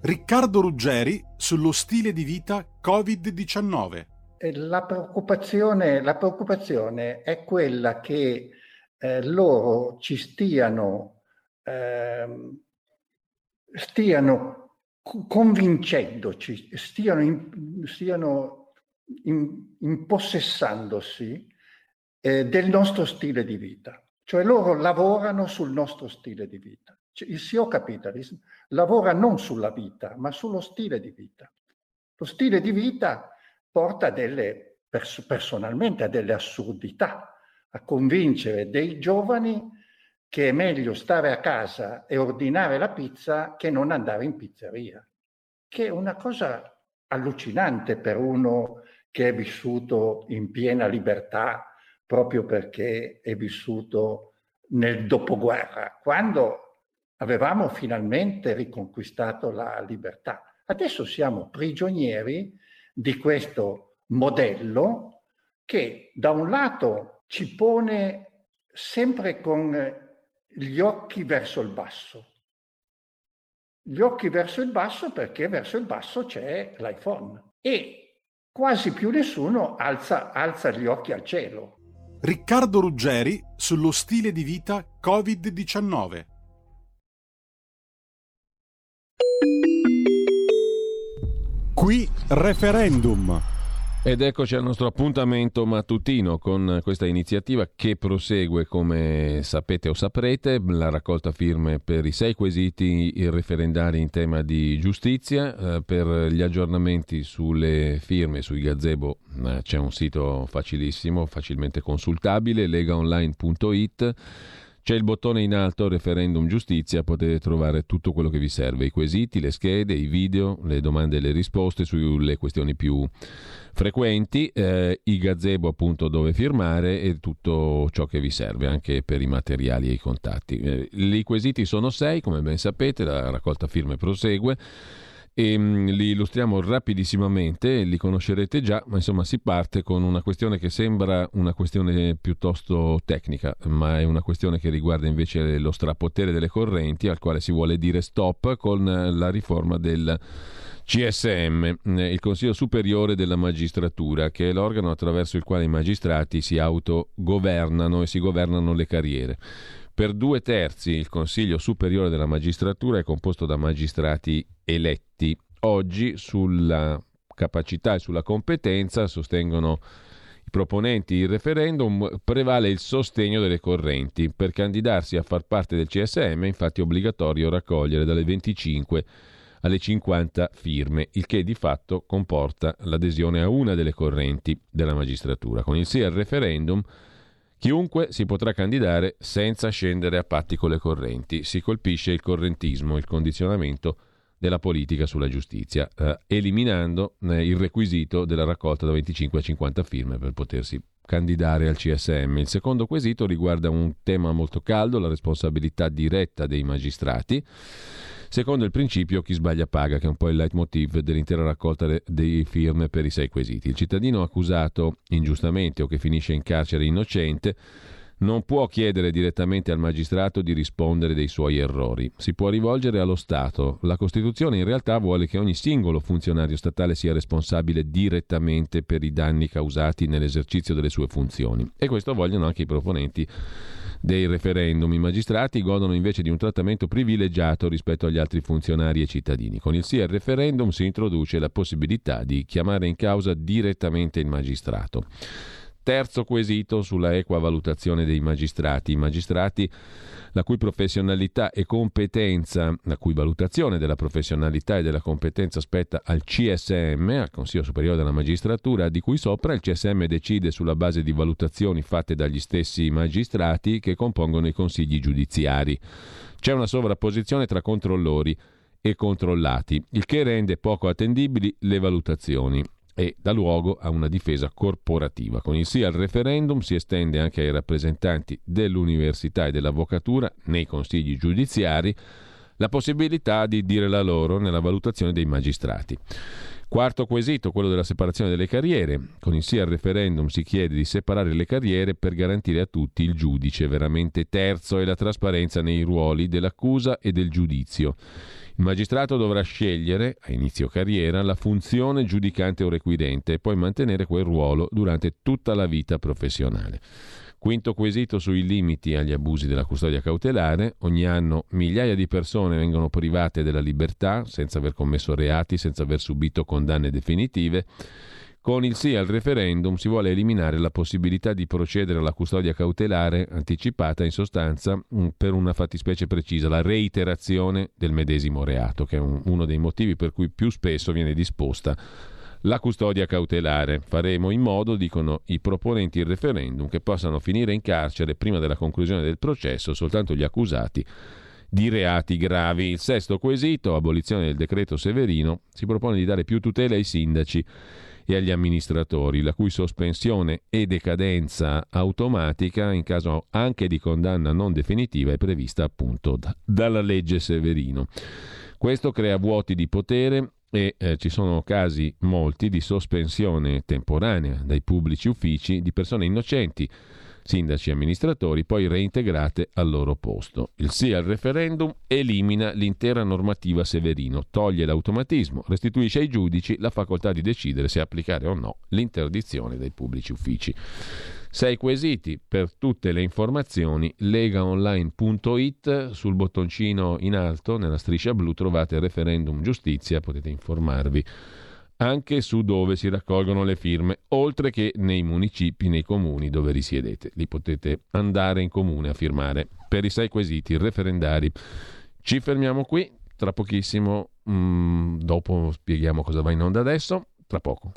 Riccardo Ruggeri sullo stile di vita Covid-19. La preoccupazione è quella che loro ci stiano convincendoci, stiano impossessandosi del nostro stile di vita. Cioè loro lavorano sul nostro stile di vita. Il CEO Capitalism lavora non sulla vita, ma sullo stile di vita. Lo stile di vita porta personalmente a delle assurdità, a convincere dei giovani che è meglio stare a casa e ordinare la pizza che non andare in pizzeria, che è una cosa allucinante per uno che è vissuto in piena libertà, proprio perché è vissuto nel dopoguerra, quando avevamo finalmente riconquistato la libertà. Adesso siamo prigionieri di questo modello che da un lato ci pone sempre con gli occhi verso il basso. Gli occhi verso il basso perché verso il basso c'è l'iPhone e quasi più nessuno alza gli occhi al cielo. Riccardo Ruggeri sullo stile di vita Covid-19. Qui referendum. Ed eccoci al nostro appuntamento mattutino con questa iniziativa che prosegue, come sapete o saprete, la raccolta firme per i 6 quesiti referendari in tema di giustizia. Per gli aggiornamenti sulle firme sui gazebo c'è un sito facilissimo, facilmente consultabile, legaonline.it. C'è il bottone in alto Referendum Giustizia, potete trovare tutto quello che vi serve, i quesiti, le schede, i video, le domande e le risposte sulle questioni più frequenti, i gazebo appunto dove firmare e tutto ciò che vi serve anche per i materiali e i contatti. I quesiti sono 6, come ben sapete, la raccolta firme prosegue. E li illustriamo rapidissimamente, li conoscerete già, ma insomma si parte con una questione che sembra una questione piuttosto tecnica, ma è una questione che riguarda invece lo strapotere delle correnti, al quale si vuole dire stop con la riforma del CSM, il Consiglio Superiore della Magistratura, che è l'organo attraverso il quale i magistrati si autogovernano e si governano le carriere. Per 2/3 il Consiglio Superiore della Magistratura è composto da magistrati eletti. Oggi sulla capacità e sulla competenza, sostengono i proponenti il referendum, prevale il sostegno delle correnti. Per candidarsi a far parte del CSM è infatti obbligatorio raccogliere dalle 25 alle 50 firme, il che di fatto comporta l'adesione a una delle correnti della magistratura. Con il sì al referendum chiunque si potrà candidare senza scendere a patti con le correnti. Si colpisce il correntismo, il condizionamento della politica sulla giustizia, eliminando il requisito della raccolta da 25 a 50 firme per potersi candidare al CSM. Il secondo quesito riguarda un tema molto caldo, la responsabilità diretta dei magistrati. Secondo il principio chi sbaglia paga, che è un po' il leitmotiv dell'intera raccolta dei firme per i 6 quesiti. Il cittadino accusato ingiustamente o che finisce in carcere innocente non può chiedere direttamente al magistrato di rispondere dei suoi errori. Si può rivolgere allo Stato. La Costituzione in realtà vuole che ogni singolo funzionario statale sia responsabile direttamente per i danni causati nell'esercizio delle sue funzioni. E questo vogliono anche i proponenti dei referendum. I magistrati godono invece di un trattamento privilegiato rispetto agli altri funzionari e cittadini. Con il sì al referendum si introduce la possibilità di chiamare in causa direttamente il magistrato. Terzo quesito sulla equa valutazione dei magistrati. I magistrati la cui professionalità e competenza, la cui valutazione della professionalità e della competenza spetta al CSM, al Consiglio Superiore della Magistratura, di cui sopra il CSM decide sulla base di valutazioni fatte dagli stessi magistrati che compongono i consigli giudiziari. C'è una sovrapposizione tra controllori e controllati, il che rende poco attendibili le valutazioni e dà luogo a una difesa corporativa. Con il sì al referendum si estende anche ai rappresentanti dell'università e dell'avvocatura nei consigli giudiziari la possibilità di dire la loro nella valutazione dei magistrati. Quarto quesito, quello della separazione delle carriere. Con il sì al referendum si chiede di separare le carriere per garantire a tutti il giudice veramente terzo e la trasparenza nei ruoli dell'accusa e del giudizio. Il magistrato dovrà scegliere, a inizio carriera, la funzione giudicante o requirente e poi mantenere quel ruolo durante tutta la vita professionale. Quinto quesito sui limiti agli abusi della custodia cautelare. Ogni anno migliaia di persone vengono private della libertà senza aver commesso reati, senza aver subito condanne definitive. Con il sì al referendum si vuole eliminare la possibilità di procedere alla custodia cautelare anticipata, in sostanza, per una fattispecie precisa, la reiterazione del medesimo reato, che è uno dei motivi per cui più spesso viene disposta la custodia cautelare. Faremo in modo, dicono i proponenti il referendum, che possano finire in carcere prima della conclusione del processo soltanto gli accusati di reati gravi. Il sesto quesito, abolizione del decreto Severino, si propone di dare più tutele ai sindaci e agli amministratori, la cui sospensione e decadenza automatica in caso anche di condanna non definitiva è prevista appunto dalla legge Severino. Questo crea vuoti di potere e ci sono casi molti di sospensione temporanea dai pubblici uffici di persone innocenti, sindaci e amministratori, poi reintegrate al loro posto. Il sì al referendum elimina l'intera normativa Severino, toglie l'automatismo, restituisce ai giudici la facoltà di decidere se applicare o no l'interdizione dai pubblici uffici. 6 quesiti. Per tutte le informazioni legaonline.it, sul bottoncino in alto nella striscia blu trovate referendum giustizia, potete informarvi anche su dove si raccolgono le firme, oltre che nei municipi, nei comuni dove risiedete. Lì potete andare in comune a firmare per i 6 quesiti referendari. Ci fermiamo qui, tra pochissimo, dopo spieghiamo cosa va in onda adesso, tra poco.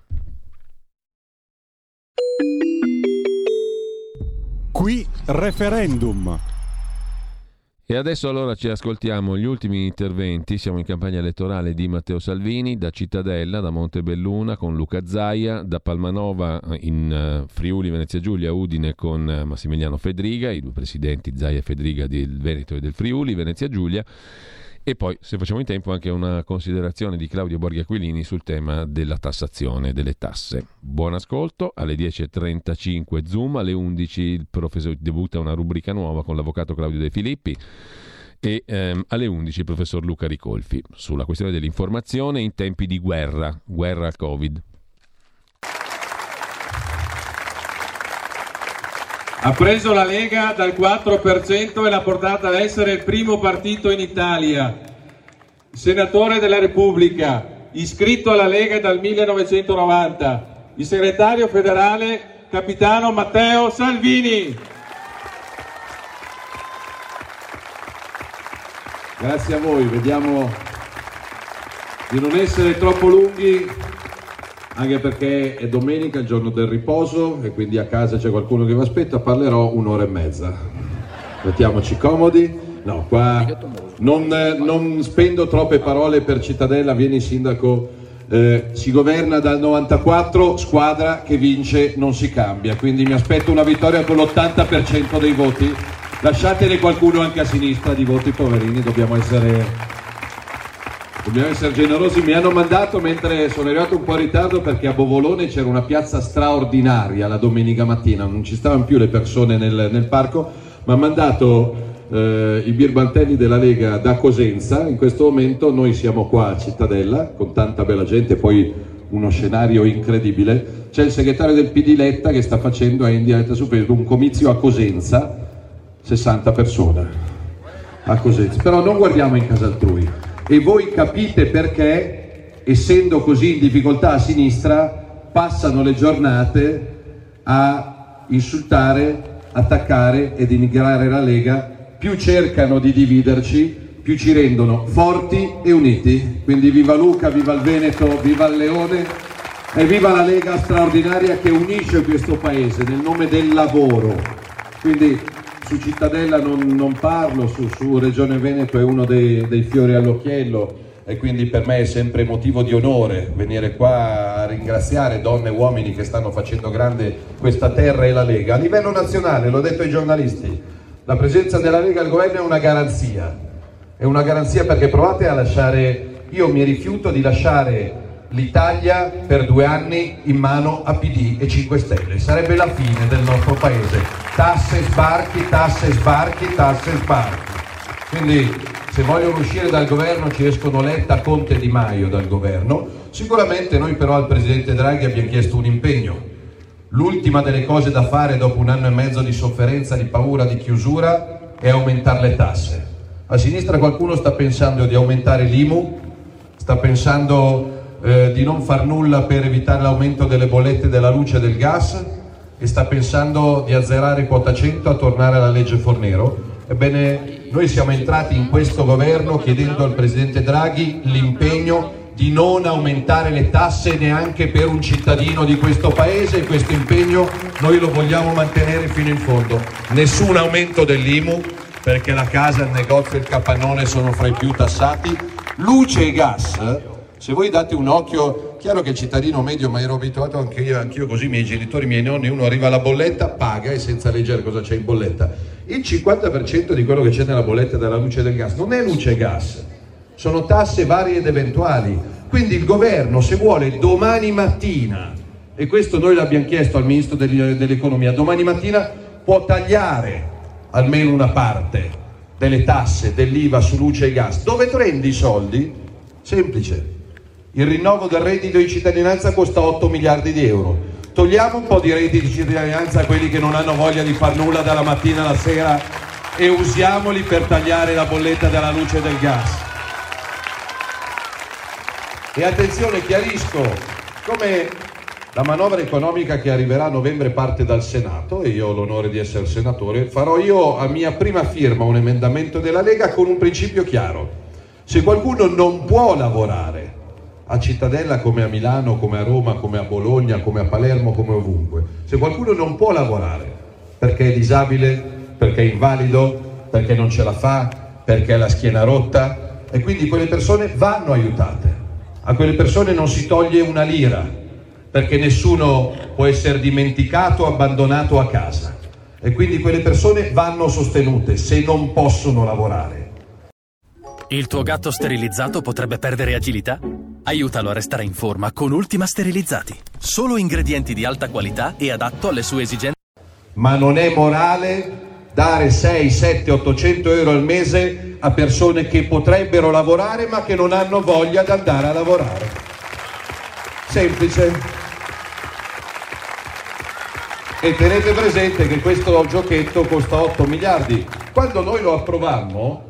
Qui referendum. E adesso allora ci ascoltiamo gli ultimi interventi. Siamo in campagna elettorale di Matteo Salvini da Cittadella, da Montebelluna con Luca Zaia, da Palmanova in Friuli Venezia Giulia, Udine con Massimiliano Fedriga, i 2 presidenti Zaia e Fedriga del Veneto e del Friuli Venezia Giulia. E poi, se facciamo in tempo, anche una considerazione di Claudio Borghi Aquilini sul tema della tassazione, delle tasse. Buon ascolto. Alle 10.35 Zoom, alle 11 il professor debutta una rubrica nuova con l'avvocato Claudio De Filippi e alle 11 il professor Luca Ricolfi sulla questione dell'informazione in tempi di guerra al Covid. Ha preso la Lega dal 4% e l'ha portata ad essere il primo partito in Italia. Senatore della Repubblica, iscritto alla Lega dal 1990. Il segretario federale, capitano Matteo Salvini. Grazie a voi, vediamo di non essere troppo lunghi, anche perché è domenica, il giorno del riposo, e quindi a casa c'è qualcuno che vi aspetta. Parlerò 1 ora e mezza. Mettiamoci comodi. No, qua non spendo troppe parole per Cittadella. Vieni sindaco, si governa dal 94, squadra che vince non si cambia, quindi mi aspetto una vittoria con l'80% dei voti. Lasciatene qualcuno anche a sinistra di voti, poverini, dobbiamo essere generosi. Mi hanno mandato, mentre sono arrivato un po' in ritardo, perché a Bovolone c'era una piazza straordinaria la domenica mattina, non ci stavano più le persone nel parco, mi ha mandato i birbantelli della Lega da Cosenza. In questo momento noi siamo qua a Cittadella con tanta bella gente, poi uno scenario incredibile. C'è il segretario del PD Letta che sta facendo in diretta su Facebook un comizio a Cosenza, 60 persone a Cosenza, però non guardiamo in casa altrui. E voi capite perché, essendo così in difficoltà a sinistra, passano le giornate a insultare, attaccare e denigrare la Lega. Più cercano di dividerci, più ci rendono forti e uniti. Quindi viva Luca, viva il Veneto, viva il Leone e viva la Lega straordinaria che unisce questo paese nel nome del lavoro. Quindi su Cittadella non parlo, su Regione Veneto è uno dei fiori all'occhiello, e quindi per me è sempre motivo di onore venire qua a ringraziare donne e uomini che stanno facendo grande questa terra e la Lega. A livello nazionale, l'ho detto ai giornalisti, la presenza della Lega al governo è una garanzia perché provate a lasciare, io mi rifiuto di lasciare l'Italia per 2 anni in mano a PD e 5 Stelle. Sarebbe la fine del nostro paese. Tasse, sbarchi, tasse, sbarchi, tasse, sbarchi. Quindi se vogliono uscire dal governo ci escono Letta, Conte e Di Maio dal governo. Sicuramente noi però al Presidente Draghi abbiamo chiesto un impegno. L'ultima delle cose da fare dopo 1 anno e mezzo di sofferenza, di paura, di chiusura è aumentare le tasse. A sinistra qualcuno sta pensando di aumentare l'IMU, sta pensando di non far nulla per evitare l'aumento delle bollette della luce e del gas e sta pensando di azzerare quota 100 a tornare alla legge Fornero. Ebbene, noi siamo entrati in questo governo chiedendo al Presidente Draghi l'impegno di non aumentare le tasse neanche per un cittadino di questo paese, e questo impegno noi lo vogliamo mantenere fino in fondo. Nessun aumento dell'IMU, perché la casa, il negozio e il capannone sono fra i più tassati. Luce e gas, se voi date un occhio, chiaro che il cittadino medio, ma ero abituato anch'io così, i miei genitori, i miei nonni, uno arriva alla bolletta, paga e senza leggere cosa c'è in bolletta. Il 50% di quello che c'è nella bolletta della luce e del gas non è luce e gas, sono tasse varie ed eventuali. Quindi il governo, se vuole domani mattina, e questo noi l'abbiamo chiesto al Ministro dell'Economia, domani mattina può tagliare almeno una parte delle tasse, dell'IVA su luce e gas. Dove prendi i soldi? Semplice. Il rinnovo del reddito di cittadinanza costa 8 miliardi di euro. Togliamo un po' di reddito di cittadinanza a quelli che non hanno voglia di far nulla dalla mattina alla sera e usiamoli per tagliare la bolletta della luce e del gas. E attenzione, chiarisco, come la manovra economica che arriverà a novembre parte dal Senato, e io ho l'onore di essere senatore, farò io a mia prima firma un emendamento della Lega con un principio chiaro. Se qualcuno non può lavorare a Cittadella come a Milano, come a Roma, come a Bologna, come a Palermo, come ovunque, se qualcuno non può lavorare perché è disabile, perché è invalido, perché non ce la fa, perché ha la schiena rotta, e quindi quelle persone vanno aiutate. A quelle persone non si toglie una lira, perché nessuno può essere dimenticato o abbandonato a casa, e quindi quelle persone vanno sostenute se non possono lavorare. Il tuo gatto sterilizzato potrebbe perdere agilità? Aiutalo a restare in forma con Ultima Sterilizzati. Solo ingredienti di alta qualità e adatto alle sue esigenze. Ma non è morale dare 6, 7, 800 euro al mese a persone che potrebbero lavorare ma che non hanno voglia di andare a lavorare. Semplice. E tenete presente che questo giochetto costa 8 miliardi. Quando noi lo approvammo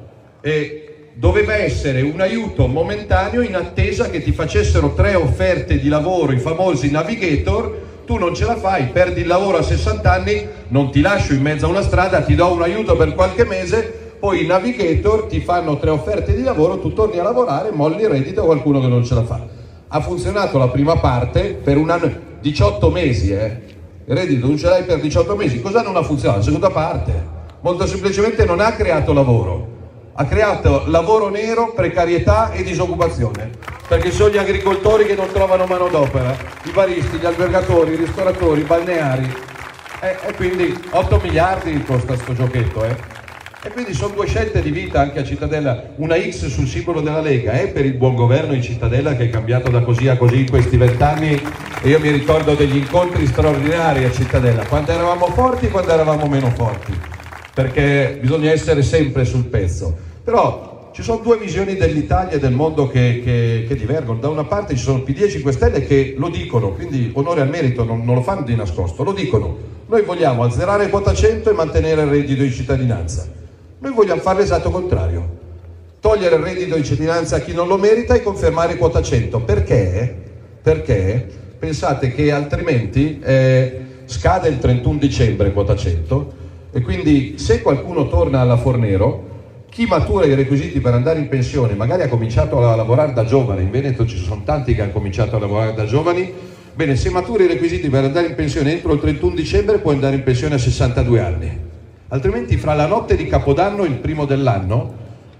doveva essere un aiuto momentaneo in attesa che ti facessero 3 offerte di lavoro, i famosi navigator. Tu non ce la fai, perdi il lavoro a 60 anni, non ti lascio in mezzo a una strada, ti do un aiuto per qualche mese, poi i navigator ti fanno 3 offerte di lavoro, tu torni a lavorare, molli il reddito a qualcuno che non ce la fa. Ha funzionato la prima parte per 1 anno, 18 mesi, il reddito non ce l'hai per 18 mesi. Cosa non ha funzionato? La seconda parte, molto semplicemente non ha creato lavoro. Ha creato lavoro nero, precarietà e disoccupazione, perché sono gli agricoltori che non trovano manodopera, i baristi, gli albergatori, i ristoratori, i balneari, e quindi 8 miliardi costa sto giochetto, e quindi sono 2 scelte di vita anche a Cittadella, una X sul simbolo della Lega, per il buon governo in Cittadella che è cambiato da così a così in questi 20 anni, e io mi ricordo degli incontri straordinari a Cittadella, quando eravamo forti e quando eravamo meno forti, perché bisogna essere sempre sul pezzo. Però ci sono 2 visioni dell'Italia e del mondo che divergono. Da una parte ci sono PD e 5 Stelle che lo dicono, quindi onore al merito, non lo fanno di nascosto, lo dicono. Noi vogliamo azzerare quota 100 e mantenere il reddito di cittadinanza. Noi vogliamo fare l'esatto contrario, togliere il reddito di cittadinanza a chi non lo merita e confermare quota 100. Perché? Perché pensate che altrimenti scade il 31 dicembre quota 100, e quindi se qualcuno torna alla Fornero, chi matura i requisiti per andare in pensione, magari ha cominciato a lavorare da giovane, in Veneto ci sono tanti che hanno cominciato a lavorare da giovani, bene, se matura i requisiti per andare in pensione entro il 31 dicembre può andare in pensione a 62 anni. Altrimenti fra la notte di Capodanno e il 1° dell'anno,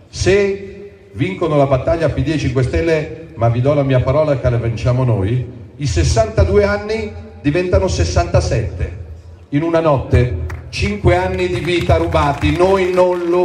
se vincono la battaglia PD e 5 Stelle, ma vi do la mia parola che la vinciamo noi, i 62 anni diventano 67 in una notte. 5 anni di vita rubati, noi non lo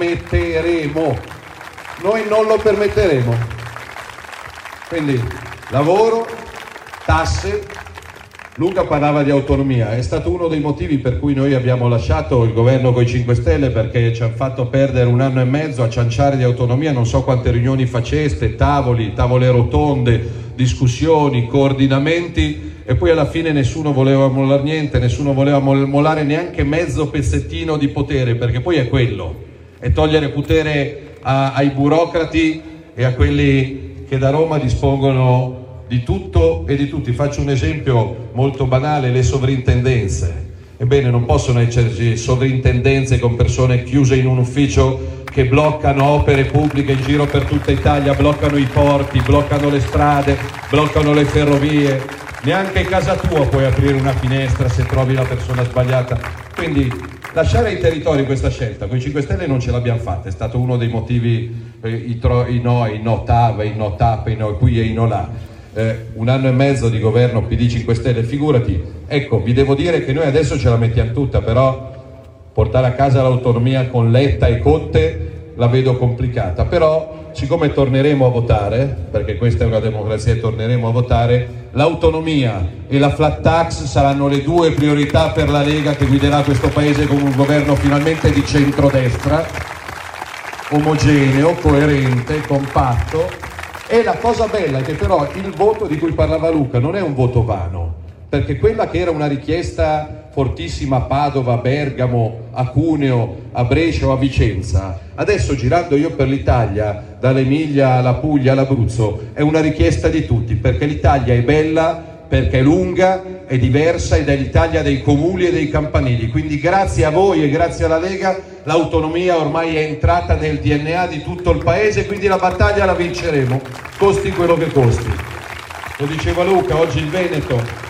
permetteremo, noi non lo permetteremo. Quindi lavoro, tasse. Luca parlava di autonomia, è stato uno dei motivi per cui noi abbiamo lasciato il governo con i 5 Stelle, perché ci hanno fatto perdere 1 anno e mezzo a cianciare di autonomia, non so quante riunioni faceste, tavole rotonde, discussioni, coordinamenti, e poi alla fine nessuno voleva mollare niente, nessuno voleva mollare neanche mezzo pezzettino di potere, perché poi è quello, è togliere potere ai burocrati e a quelli che da Roma dispongono di tutto e di tutti. Faccio un esempio molto banale: le sovrintendenze. Ebbene, non possono esserci sovrintendenze con persone chiuse in un ufficio che bloccano opere pubbliche in giro per tutta Italia, bloccano i porti, bloccano le strade, bloccano le ferrovie. Neanche in casa tua puoi aprire una finestra se trovi la persona sbagliata. Quindi lasciare ai territori questa scelta, con i 5 Stelle non ce l'abbiamo fatta, è stato uno dei motivi, i no TAV, i no TAP, i no qui e i no là. 1 anno e mezzo di governo PD 5 Stelle, figurati. Ecco, vi devo dire che noi adesso ce la mettiamo tutta, però portare a casa l'autonomia con Letta e Conte la vedo complicata. Però siccome torneremo a votare, perché questa è una democrazia e torneremo a votare, l'autonomia e la flat tax saranno le 2 priorità per la Lega, che guiderà questo paese con un governo finalmente di centrodestra, omogeneo, coerente, compatto. E la cosa bella è che però il voto di cui parlava Luca non è un voto vano, perché quella che era una richiesta fortissima a Padova, a Bergamo, a Cuneo, a Brescia o a Vicenza, adesso girando io per l'Italia, dall'Emilia alla Puglia all'Abruzzo, è una richiesta di tutti, perché l'Italia è bella, perché è lunga, è diversa ed è l'Italia dei comuni e dei campanili. Quindi grazie a voi e grazie alla Lega l'autonomia ormai è entrata nel DNA di tutto il paese, quindi la battaglia la vinceremo, costi quello che costi. Lo diceva Luca, oggi il Veneto.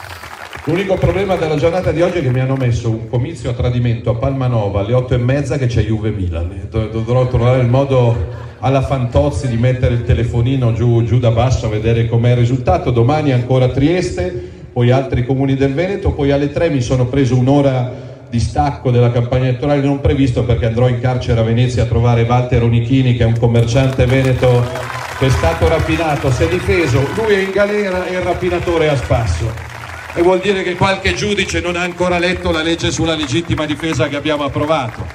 L'unico problema della giornata di oggi è che mi hanno messo un comizio a tradimento a Palmanova alle 8:30 che c'è Juve Milan. Dovrò trovare il modo alla Fantozzi di mettere il telefonino giù da basso a vedere com'è il risultato. Domani ancora Trieste, poi altri comuni del Veneto, poi alle 3 mi sono preso un'ora di stacco della campagna elettorale non previsto, perché andrò in carcere a Venezia a trovare Walter Onichini, che è un commerciante veneto che è stato rapinato, si è difeso, lui è in galera e il rapinatore è a spasso. E vuol dire che qualche giudice non ha ancora letto la legge sulla legittima difesa che abbiamo approvato.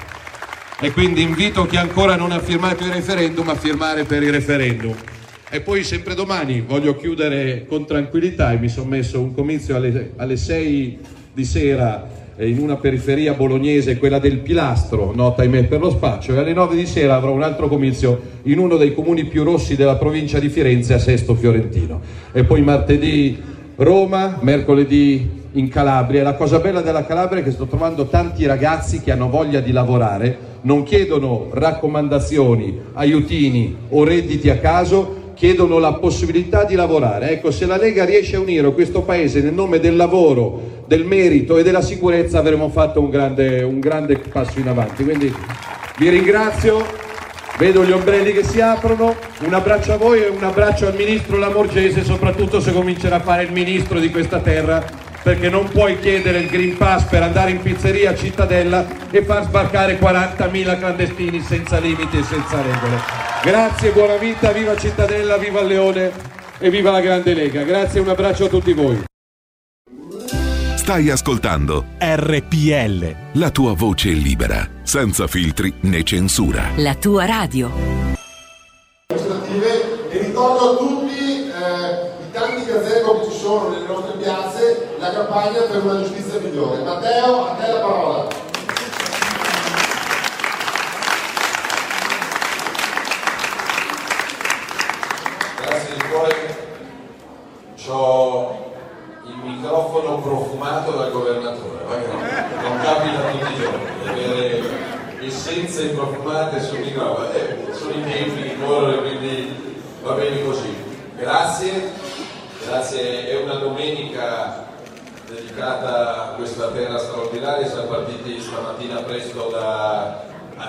E quindi invito chi ancora non ha firmato il referendum a firmare per il referendum. E poi sempre domani voglio chiudere con tranquillità, e mi sono messo un comizio alle 6 di sera in una periferia bolognese, quella del Pilastro, nota ahimè per lo spaccio, e alle 9 di sera avrò un altro comizio in uno dei comuni più rossi della provincia di Firenze, a Sesto Fiorentino. E poi martedì Roma, mercoledì in Calabria. La cosa bella della Calabria è che sto trovando tanti ragazzi che hanno voglia di lavorare, non chiedono raccomandazioni, aiutini o redditi a caso, chiedono la possibilità di lavorare. Ecco, se la Lega riesce a unire questo paese nel nome del lavoro, del merito e della sicurezza, avremo fatto un grande passo in avanti. Quindi vi ringrazio, vedo gli ombrelli che si aprono, un abbraccio a voi e un abbraccio al ministro Lamorgese, soprattutto se comincerà a fare il ministro di questa terra, perché non puoi chiedere il Green Pass per andare in pizzeria a Cittadella e far sbarcare 40.000 clandestini senza limiti e senza regole. Grazie, buona vita, viva Cittadella, viva il Leone e viva la Grande Lega. Grazie e un abbraccio a tutti voi. Stai ascoltando RPL, la tua voce libera, senza filtri né censura. La tua radio. E ricordo a tutti i tanti gazebo che ci sono nelle nostre piazze, la campagna per una giustizia migliore. Matteo, a te la parola. Grazie di cuore. C'ho il microfono profumato dal governatore, non capita tutti i giorni di avere essenze profumate sul microfono, sono i tempi che corrono, quindi va bene così. Grazie, è una domenica dedicata a questa terra straordinaria. Siamo partiti stamattina presto da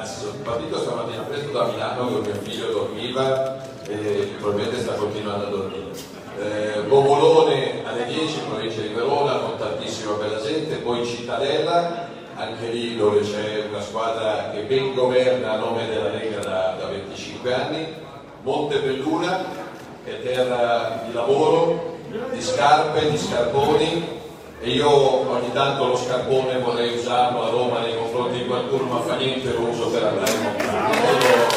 Milano, dove mio figlio dormiva e probabilmente sta continuando a dormire. Bovolone alle 10, provincia di Verona, con tantissima bella gente, poi Cittadella, anche lì dove c'è una squadra che ben governa a nome della Lega da 25 anni, Montebelluna, è terra di lavoro, di scarpe, di scarponi, e io ogni tanto lo scarpone vorrei usarlo a Roma nei confronti di qualcuno, ma fa niente, lo uso per andare in montagna.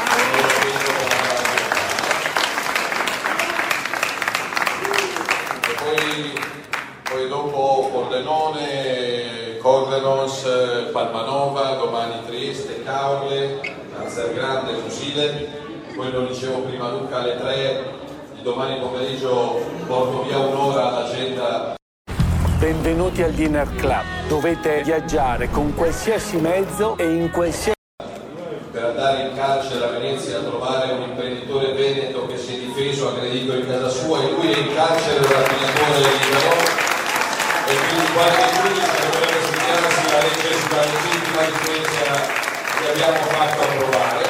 Poi dopo Pordenone, Cordenons, Palmanova, domani Trieste, Caorle, Grande, Fusile, poi lo dicevo prima Luca alle 3, domani pomeriggio porto via un'ora all'agenda. Benvenuti al Dinner Club, dovete viaggiare con qualsiasi mezzo e in qualsiasi... Per andare in carcere a Venezia a trovare un imprenditore veneto che si è difeso, aggredito in casa sua, e lui è in carcere da rapinatore libero, e quindi qualche giudice dovrebbe studiarsi la legge sulla legittima difesa che abbiamo fatto approvare.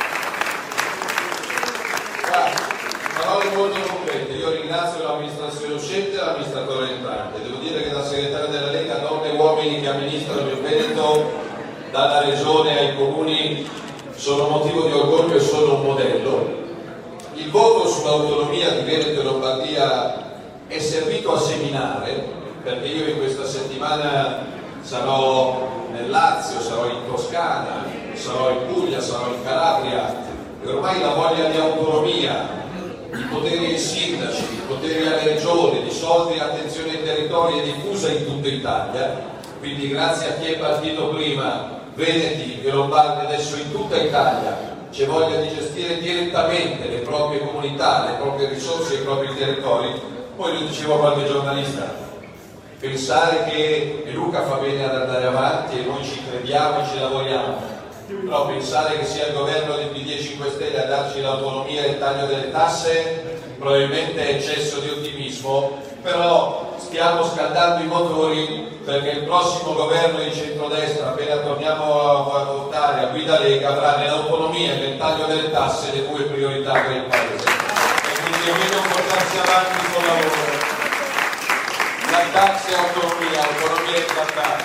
Parole molto concrete. Io ringrazio l'amministrazione uscente e l'amministratore entrante. Devo dire che da segretario della Lega, donne e uomini che amministrano il Veneto, dalla regione ai comuni, sono motivo di orgoglio e sono un modello. Il voto sull'autonomia di Veneto e Lombardia è servito a seminare, perché io in questa settimana sarò nel Lazio, sarò in Toscana, sarò in Puglia, sarò in Calabria, e ormai la voglia di autonomia, i poteri ai sindaci, i poteri alle regioni, di soldi e attenzione ai territori è diffusa in tutta Italia, quindi grazie a chi è partito prima, Veneti e Lombardi, adesso in tutta Italia c'è voglia di gestire direttamente le proprie comunità, le proprie risorse, i propri territori. Poi lo dicevo a qualche giornalista, pensare che Luca fa bene ad andare avanti e noi ci crediamo e ci lavoriamo, però pensare che sia il governo del PD e 5 Stelle a darci l'autonomia e il taglio delle tasse probabilmente è eccesso di ottimismo, però stiamo scaldando i motori perché il prossimo governo di centrodestra, appena torniamo a votare a guida Lega, avrà nell'autonomia e nel taglio delle tasse le due priorità per il Paese. E quindi io vedo portarsi avanti con lavoro. La tasse e autonomia e trattati.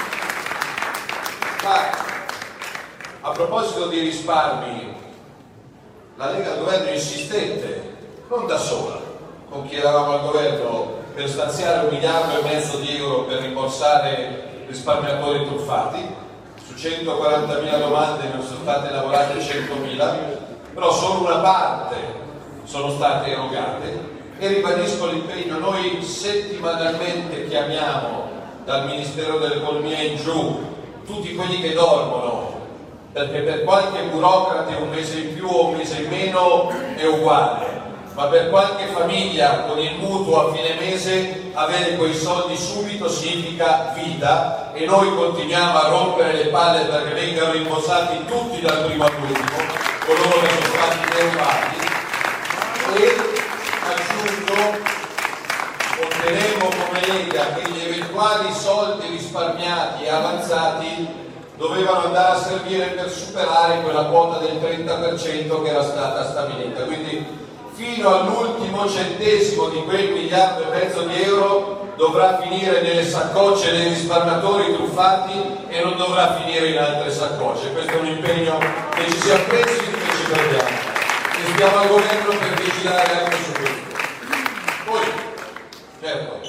Ma a proposito di risparmi, la Lega al governo insistette, non da sola, con chi eravamo al governo, per stanziare 1,5 miliardi di euro per rimborsare risparmiatori truffati. Su 140.000 domande ne sono state lavorate 100.000, però solo una parte sono state erogate. E ribadisco l'impegno, noi settimanalmente chiamiamo dal Ministero dell'Economia in giù tutti quelli che dormono, perché per qualche burocrate un mese in più o un mese in meno è uguale, ma per qualche famiglia con il mutuo a fine mese avere quei soldi subito significa vita, e noi continuiamo a rompere le palle perché vengano rimborsati tutti dal primo all'ultimo coloro che sono stati derubati. E aggiungo, otterremo come Lega che gli eventuali soldi risparmiati e avanzati dovevano andare a servire per superare quella quota del 30% che era stata stabilita, quindi fino all'ultimo centesimo di quel 1,5 miliardi di euro dovrà finire nelle saccocce dei risparmiatori truffati e non dovrà finire in altre saccocce. Questo è un impegno che ci siamo presi e che ci prendiamo, e stiamo al governo per vigilare anche su questo. Poi, certo,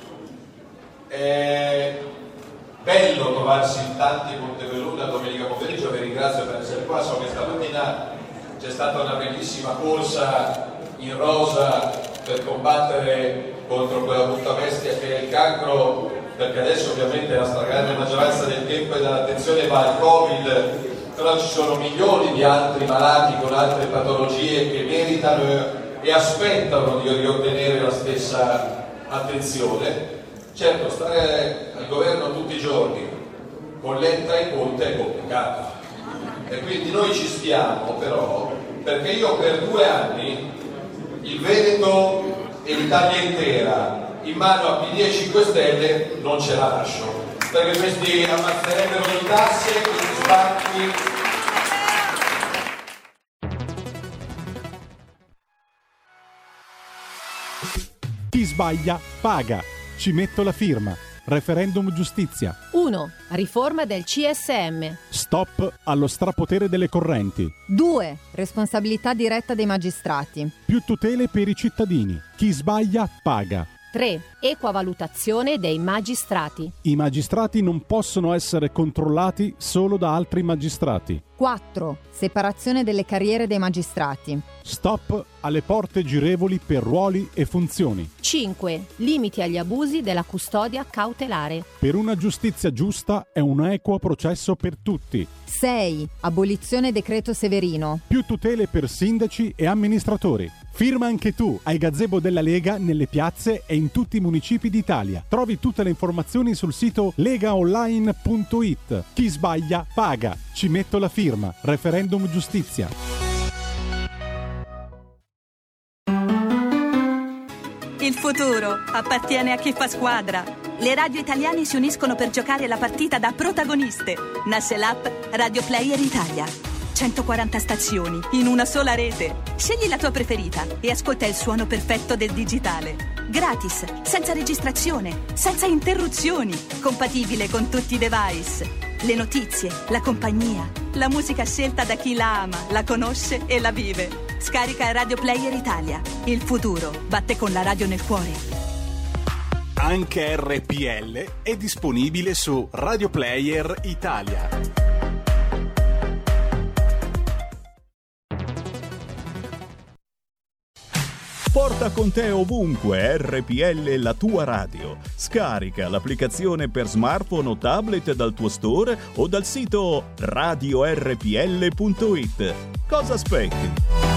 è bello trovarsi in tanti a Montebelluna domenica pomeriggio, vi ringrazio per essere qua. So che stamattina c'è stata una bellissima corsa in rosa per combattere contro quella brutta bestia che è il cancro, perché adesso ovviamente la stragrande maggioranza del tempo e dell'attenzione va al Covid, però ci sono milioni di altri malati con altre patologie che meritano e aspettano di riottenere la stessa attenzione. Certo, stare al governo tutti i giorni con Letta e Conte è complicato, e quindi noi ci stiamo, però, perché io per 2 anni il Veneto e l'Italia intera in mano a PD e 5 Stelle non ce la lascio, perché questi ammazzerebbero le tasse e gli risparmi. Chi sbaglia paga. Ci metto la firma. Referendum giustizia. 1. Riforma del CSM. Stop allo strapotere delle correnti. 2. Responsabilità diretta dei magistrati. Più tutele per i cittadini. Chi sbaglia paga. 3. Equa valutazione dei magistrati. I magistrati non possono essere controllati solo da altri magistrati. 4. Separazione delle carriere dei magistrati. Stop alle porte girevoli per ruoli e funzioni. 5. Limiti agli abusi della custodia cautelare. Per una giustizia giusta e un equo processo per tutti. 6. Abolizione decreto Severino. Più tutele per sindaci e amministratori. Firma anche tu ai gazebo della Lega nelle piazze e in tutti i municipi d'Italia. Trovi tutte le informazioni sul sito legaonline.it. Chi sbaglia paga. Ci metto la firma. Referendum giustizia. Il futuro appartiene a chi fa squadra. Le radio italiane si uniscono per giocare la partita da protagoniste. Nasce l'app Radio Player Italia. 140 stazioni in una sola rete. Scegli la tua preferita e ascolta il suono perfetto del digitale. Gratis, senza registrazione, senza interruzioni. Compatibile con tutti i device. Le notizie, la compagnia, la musica scelta da chi la ama, la conosce e la vive. Scarica Radio Player Italia. Il futuro batte con la radio nel cuore. Anche RPL è disponibile su Radio Player Italia. Porta con te ovunque RPL, la tua radio. Scarica l'applicazione per smartphone o tablet dal tuo store o dal sito radiorpl.it. Cosa aspetti?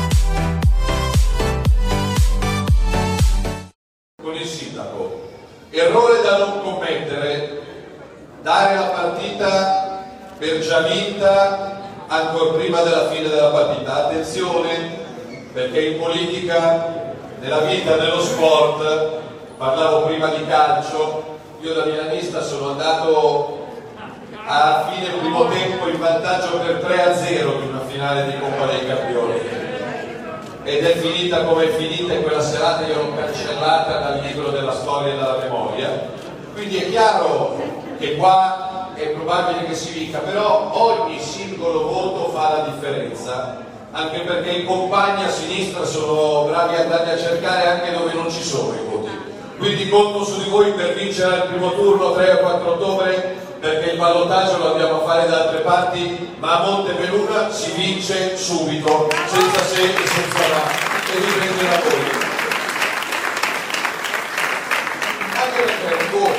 Con il sindaco. Errore da non commettere: dare la partita per già vinta ancora prima della fine della partita. Attenzione, perché in politica, nella vita, nello sport, parlavo prima di calcio, io da milanista sono andato a fine primo tempo in vantaggio per 3-0 in una finale di Coppa dei Campioni ed è finita come è finita, e quella serata io l'ho cancellata dal libro della storia e dalla memoria. Quindi è chiaro che qua è probabile che si vinca, però ogni singolo voto fa la differenza, anche perché i compagni a sinistra sono bravi ad andare a cercare anche dove non ci sono i voti. Quindi conto su di voi per vincere il primo turno 3 o 4 ottobre, perché il ballottaggio lo andiamo a fare da altre parti, ma a Montebelluna si vince subito, senza se e senza ma, e dipende da voi. Anche perché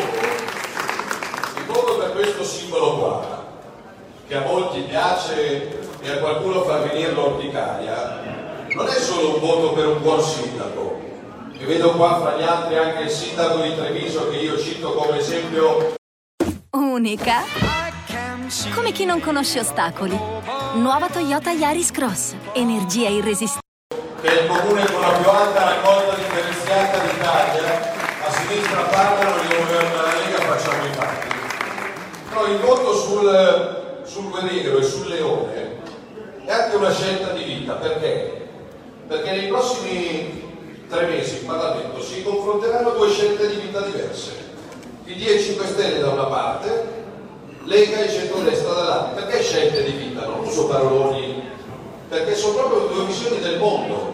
il voto per questo simbolo qua, che a molti piace e a qualcuno fa venire l'orticaria, non è solo un voto per un buon sindaco, e vedo qua fra gli altri anche il sindaco di Treviso, che io cito come esempio. Unica come chi non conosce ostacoli. Nuova Toyota Yaris Cross, energia irresistibile. Che è il comune con la più alta raccolta differenziata d'Italia. A sinistra parlano, io governo la Lega, facciamo i fatti. Però il voto sul guerriero e sul leone è anche una scelta di vita. Perché? Perché nei prossimi 3 mesi in Parlamento si confronteranno 2 scelte di vita diverse. PD e 5 Stelle da una parte, Lega e centrodestra dall'altra. Perché scelte di vita? Non uso paroloni, perché sono proprio 2 visioni del mondo.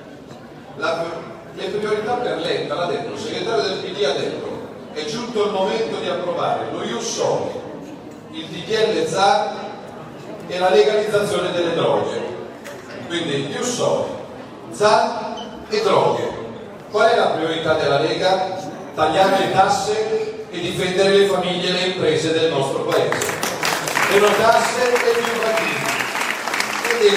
Le priorità per Letta, l'ha detto, il segretario del PD ha detto: è giunto il momento di approvare lo Ius Soli, il DDL Zan e la legalizzazione delle droghe. Quindi Ius Soli, Zan e droghe. Qual è la priorità della Lega? Tagliare le tasse e difendere le famiglie e le imprese del nostro paese. Meno tasse e più partiti. Quindi,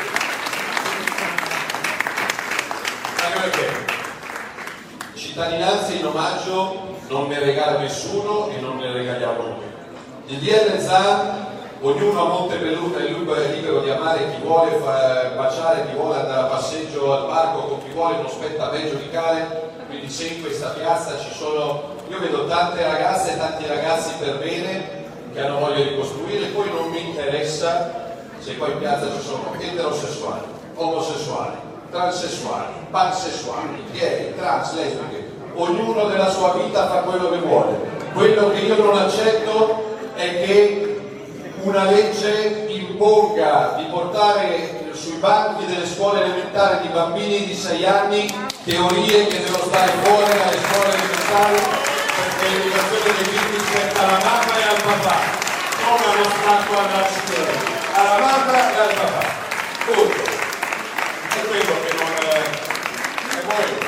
anche perché cittadinanza in omaggio non ne regala nessuno e non ne regaliamo noi. Il DDL Zan, ognuno a Montebelluna è libero di amare chi vuole baciare, chi vuole andare a passeggio al parco con chi vuole, non spetta peggio di cane. Quindi se in questa piazza ci sono, io vedo tante ragazze e tanti ragazzi per bene che hanno voglia di costruire, poi non mi interessa se qua in piazza ci sono eterosessuali, omosessuali, transessuali, pansessuali, gay, trans, lesbiche, ognuno nella sua vita fa quello che vuole. Quello che io non accetto è che una legge imponga di portare sui banchi delle scuole elementari di bambini di 6 anni teorie che devono stare fuori dalle scuole elementari, perché l'educazione dei figli spetta alla mamma e al papà, non allo Stato all'arciere, alla mamma e al papà. Tutto. È quello che non è.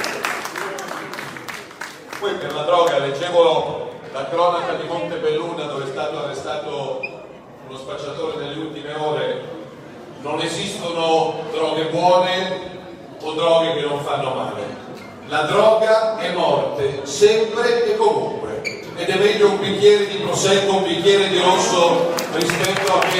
Poi per la droga leggevo la cronaca di Montebelluna, dove è stato arrestato uno spacciatore nelle ultime ore. Non esistono droghe buone o droghe che non fanno male. La droga è morte, sempre e comunque. Ed è meglio un bicchiere di prosecco, un bicchiere di rosso, rispetto a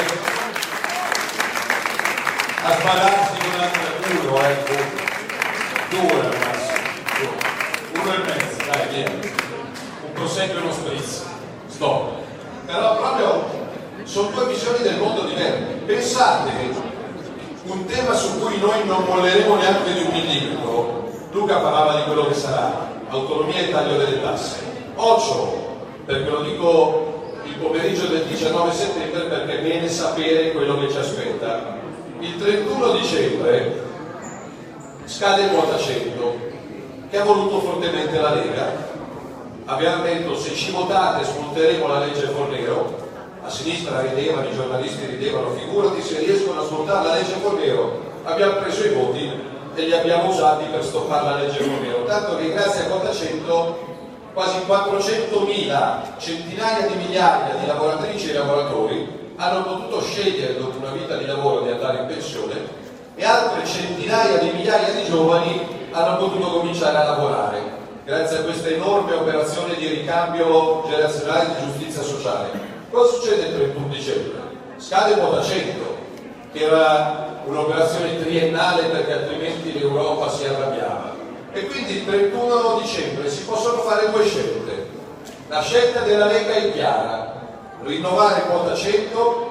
spararsi con l'altra culo, ecco. 2 al massimo. 1,5, dai, vieni. Un prosecco e uno spritz. Stop. Però proprio sono 2 visioni del mondo diverse. Pensate, un tema su cui noi non molleremo neanche di 1 millimetro. Luca parlava di quello che sarà, autonomia e taglio delle tasse. Occhio, perché lo dico il pomeriggio del 19 settembre, perché è bene sapere quello che ci aspetta. Il 31 dicembre scade quota 100, che ha voluto fortemente la Lega. Abbiamo detto: se ci votate smonteremo la legge Fornero. A sinistra ridevano, i giornalisti ridevano, figurati se riescono a smontare la legge Fornero. Abbiamo preso i voti e li abbiamo usati per stoppare la legge Fornero, tanto che grazie a quota 100 quasi 400.000, centinaia di migliaia di lavoratrici e lavoratori hanno potuto scegliere dopo una vita di lavoro di andare in pensione, e altre centinaia di migliaia di giovani hanno potuto cominciare a lavorare grazie a questa enorme operazione di ricambio generazionale e di giustizia sociale. Cosa succede il 31 dicembre? Scade quota 100, che era un'operazione triennale perché altrimenti l'Europa si arrabbiava. E quindi il 31 dicembre si possono fare 2 scelte. La scelta della Lega è chiara: rinnovare quota 100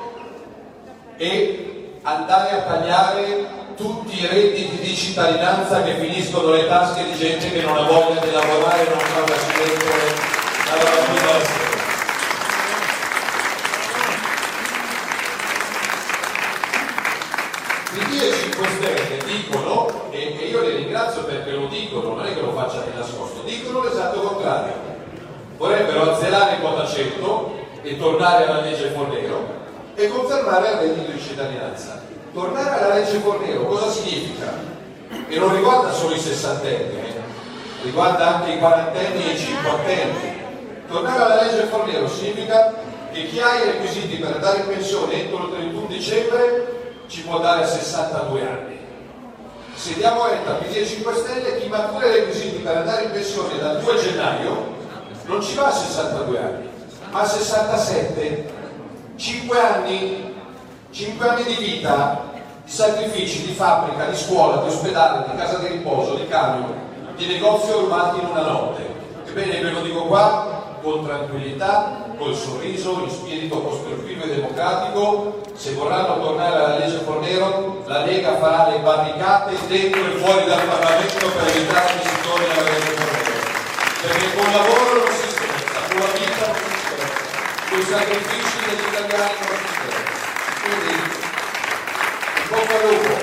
e andare a tagliare tutti i redditi di cittadinanza che finiscono le tasche di gente che non ha voglia di lavorare e non fa da silenzio alla mattina alla sera. I 5 Stelle dicono, e io li ringrazio perché lo dicono, non è che lo faccia di nascosto, dicono l'esatto contrario. Vorrebbero azzerare quota 100 e tornare alla legge Fornero e confermare il reddito di cittadinanza. Tornare alla legge Fornero cosa significa? E non riguarda solo i sessantenni, riguarda anche i quarantenni e i cinquantenni. Tornare alla legge Fornero significa che chi ha i requisiti per andare in pensione entro il 31 dicembre ci può dare a 62 anni. Se diamo retta a PD e 5 Stelle, chi matura i requisiti per andare in pensione dal 2 gennaio non ci va a 62 anni, ma a 67. 5 anni di vita, di sacrifici, di fabbrica, di scuola, di ospedale, di casa di riposo, di camion, di negozio rubati in una notte. Ebbene, ve lo dico qua con tranquillità, col sorriso, in spirito costruttivo e democratico: se vorranno tornare alla legge Fornero, la Lega farà le barricate dentro e fuori dal Parlamento per evitare che si torni alla legge Fornero. Perché con lavoro non si scherza, con la vita non si scherza, con i sacrifici degli italiani non si scherza. Quindi, un po' lungo,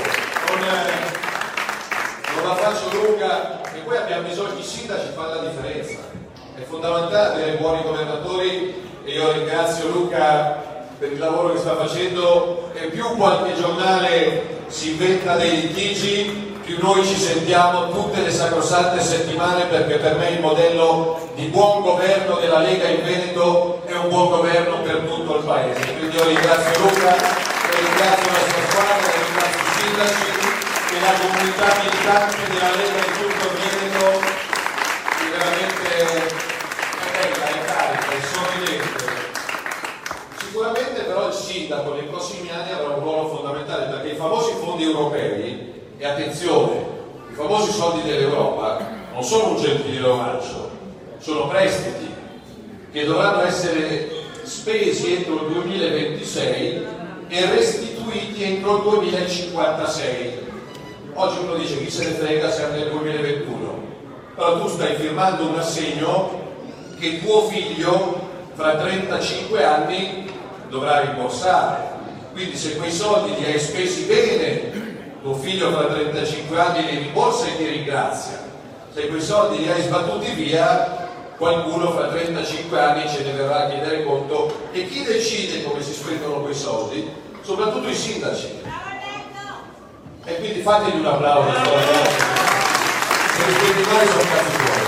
non la faccio lunga, e poi abbiamo bisogno, i sindaci fanno la differenza. È fondamentale avere buoni governatori, e io ringrazio Luca per il lavoro che sta facendo, e più qualche giornale si inventa dei litigi, più noi ci sentiamo tutte le sacrosante settimane, perché per me il modello di buon governo della Lega in Veneto è un buon governo per tutto il paese. Quindi io ringrazio Luca, ringrazio la sua squadra, ringrazio i sindaci e la comunità militante della Lega in tutto il Veneto, che veramente è carica, è sorridente. Sicuramente però il sindaco nei prossimi anni avrà un ruolo fondamentale, perché i famosi fondi europei, e attenzione, i famosi soldi dell'Europa non sono un gentile omaggio, sono prestiti che dovranno essere spesi entro il 2026 e restituiti entro il 2056. Oggi uno dice: chi se ne frega, siamo nel 2021. Però tu stai firmando un assegno che tuo figlio fra 35 anni dovrà rimborsare. Quindi se quei soldi li hai spesi bene, tuo figlio fra 35 anni li rimborsa e ti ringrazia. Se quei soldi li hai sbattuti via, qualcuno fra 35 anni ce ne verrà a chiedere conto. E chi decide come si spendono quei soldi? Soprattutto i sindaci. E quindi fategli un applauso, perché i imprenditori sono cazzi fuori.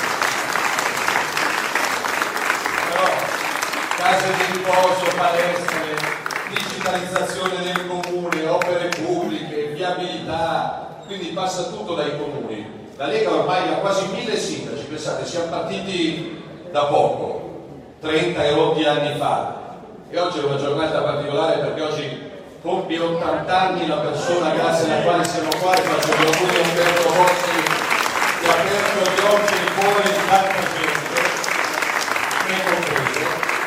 Però case di riposo, palestre, digitalizzazione del comune, opere pubbliche, viabilità, quindi passa tutto dai comuni. La Lega ormai ha quasi 1000 sindaci, pensate, siamo partiti da poco, 30 e rotti anni fa, e oggi è una giornata particolare perché oggi compie 80 anni la persona grazie alla quale siamo qua, e faccio gli auguri a Umberto Bossi che ha aperto gli occhi e il cuore di tanta gente, me compreso,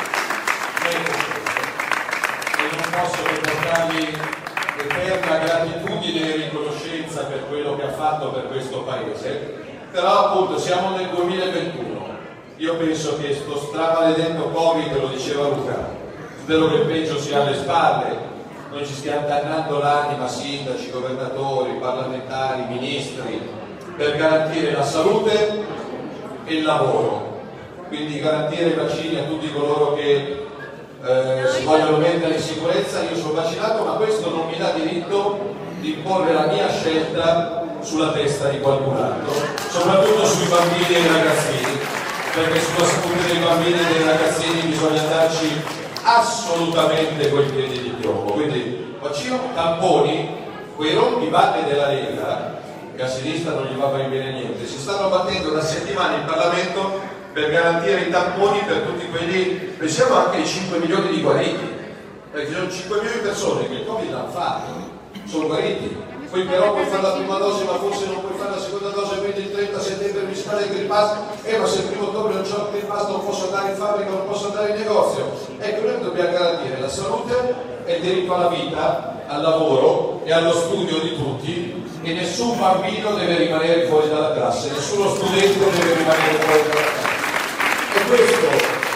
e non posso che portargli eterna gratitudine e riconoscenza per quello che ha fatto per questo paese. Però appunto siamo nel 2021, io penso che sto stramaledetto Covid, lo diceva Luca, spero che il peggio sia alle spalle. Noi ci stiamo dannando l'anima, sindaci, governatori, parlamentari, ministri, per garantire la salute e il lavoro, quindi garantire i vaccini a tutti coloro che si vogliono mettere in sicurezza. Io sono vaccinato, ma questo non mi dà diritto di imporre la mia scelta sulla testa di qualcun altro, soprattutto sui bambini e i ragazzini, perché sulla salute dei bambini e dei ragazzini bisogna darci assolutamente quei piedi di piombo. Quindi vaccino, tamponi, quei rompibatte della Lega, che a sinistra non gli va bene niente, si stanno battendo da settimane in Parlamento per garantire i tamponi per tutti quelli, pensiamo anche ai 5 milioni di guariti, perché ci sono 5 milioni di persone che il Covid l'hanno fatto, sono guariti, poi però puoi fare la prima dose ma forse non puoi fare la seconda dose, quindi il 30 settembre mi scade il Green Pass, ma se il 1 ottobre non c'ho il Green Pass non posso andare in fabbrica, non posso andare in negozio. Ecco, noi dobbiamo garantire la salute e il diritto alla vita, al lavoro e allo studio di tutti, e nessun bambino deve rimanere fuori dalla classe, nessuno studente deve rimanere fuori dalla classe. E questo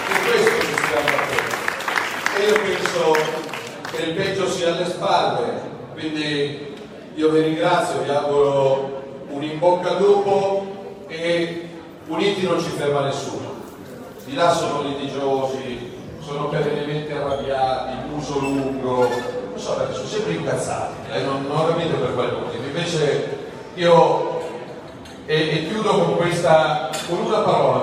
ci stiamo facendo. E io penso che il peggio sia alle spalle, quindi io vi ringrazio, vi auguro un in bocca al lupo, e uniti non ci ferma nessuno. Di là sono litigiosi, sono perennemente arrabbiati, muso lungo, non so perché sono sempre incazzati, non capito per quale motivo. Invece io, e chiudo con una parola,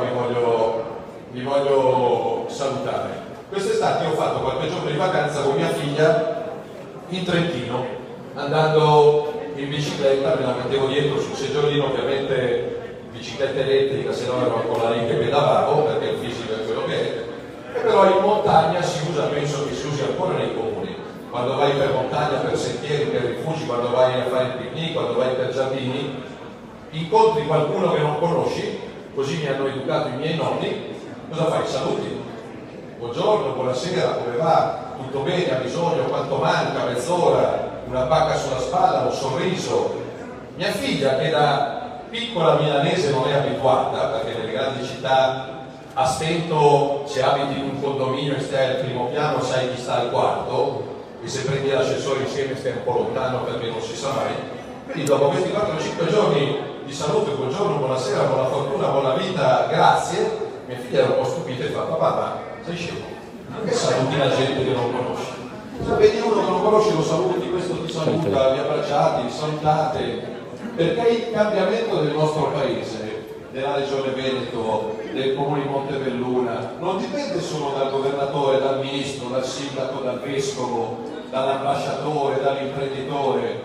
vi voglio salutare. Quest'estate ho fatto qualche giorno di vacanza con mia figlia in Trentino, andando in bicicletta, me la mettevo dietro sul seggiolino, ovviamente bicicletta elettrica, se no ero ancora lì che pedalavo, perché il fisico è quello che è, e però in montagna si usa, penso che si usi ancora nei comuni, quando vai per montagna, per sentieri, per rifugi, quando vai a fare il picnic, quando vai per giardini, incontri qualcuno che non conosci, così mi hanno educato i miei nonni, cosa fai? Saluti, buongiorno, buonasera, come va? Tutto bene, ha bisogno, quanto manca, mezz'ora, una pacca sulla spalla, un sorriso. Mia figlia, che da piccola milanese non è abituata, perché nelle grandi città a stento, se abiti in un condominio e stai al primo piano sai chi sta al quarto, e se prendi l'ascensore insieme stai un po' lontano perché non si sa mai. Quindi dopo questi 4-5 giorni di salute, buongiorno, buonasera, buona fortuna, buona vita, grazie, mia figlia era un po' stupita e fa: papà, ma sei scemo? Perché saluti la gente che non conosci? Se vedi uno che non conosci lo saluti, questo ti saluta, vi abbracciate, vi salutate, perché il cambiamento del nostro paese, della regione Veneto, del comune di Montebelluna, non dipende solo dal governatore, dal ministro, dal sindaco, dal vescovo, dall'ambasciatore, dall'imprenditore.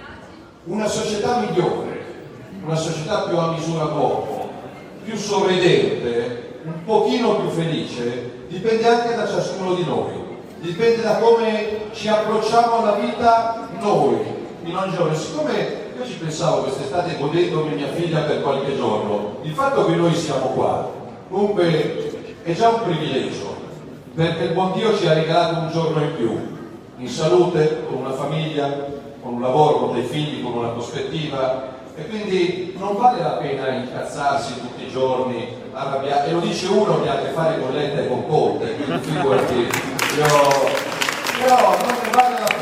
Una società migliore, una società più a misura d'uomo, più sorridente, un pochino più felice, dipende anche da ciascuno di noi, dipende da come ci approcciamo alla vita noi, in ogni giorno. Siccome io ci pensavo quest'estate, godendomi mia figlia per qualche giorno, il fatto che noi siamo qua, comunque è già un privilegio, perché il buon Dio ci ha regalato un giorno in più, in salute, con una famiglia, con un lavoro, con dei figli, con una prospettiva, E quindi non vale la pena incazzarsi tutti i giorni, arrabbiare, e lo dice uno che ha a che fare con Letta e con Conte, quindi figurati, però non ne vale la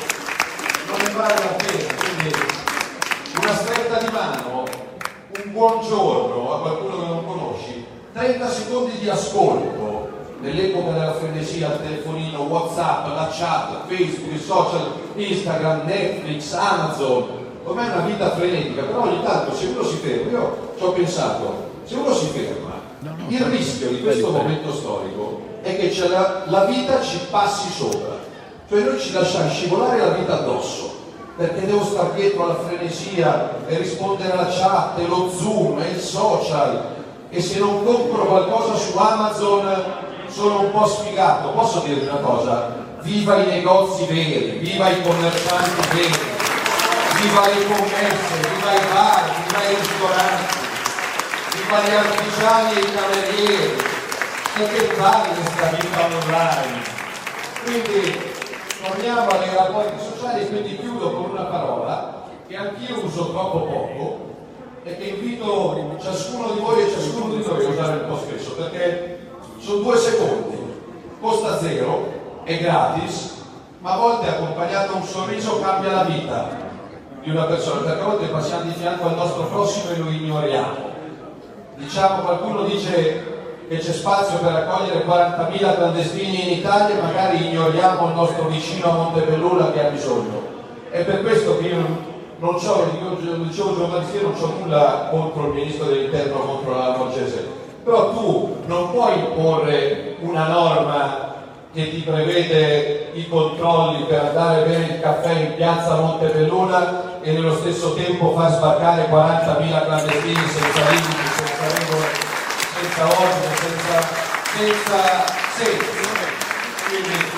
pena, quindi una stretta di mano, un buongiorno a qualcuno che non conosci, 30 secondi di ascolto, nell'epoca della frenesia, il telefonino, WhatsApp, la chat, Facebook, i social, Instagram, Netflix, Amazon, ormai è una vita frenetica, però ogni tanto se uno si ferma, io ci ho pensato, se uno si ferma, il rischio di questo momento storico è che la vita ci passi sopra, cioè noi ci lasciamo scivolare la vita addosso, perché devo stare dietro alla frenesia e rispondere alla chat, e lo Zoom, e il social, e se non compro qualcosa su Amazon sono un po' sfigato. Posso dirvi una cosa? Viva i negozi veri, viva i commercianti veri, viva le commesse, viva i bar, viva i ristoranti, viva gli artigiani e i camerieri, e che vale questa vita online. Quindi torniamo ai rapporti sociali, e quindi chiudo con una parola che anch'io uso troppo poco e che invito ciascuno di voi e ciascuno di noi a usare un po' spesso, perché sono 2 secondi, costa 0, è gratis, ma a volte accompagnato a un sorriso cambia la vita di una persona, perché a volte passiamo di fianco al nostro prossimo e lo ignoriamo. Diciamo, qualcuno dice che c'è spazio per accogliere 40.000 clandestini in Italia e magari ignoriamo il nostro vicino a Montebelluna che ha bisogno. È per questo che io non c'ho, lo dicevo giornalisti, non c'ho nulla contro il ministro dell'interno, contro la Lamorgese, però tu non puoi imporre una norma che ti prevede i controlli per andare a bere il caffè in piazza Montebelluna e nello stesso tempo far sbarcare 40.000 clandestini senza limiti, senza regole, senza ordine, senza senso. Quindi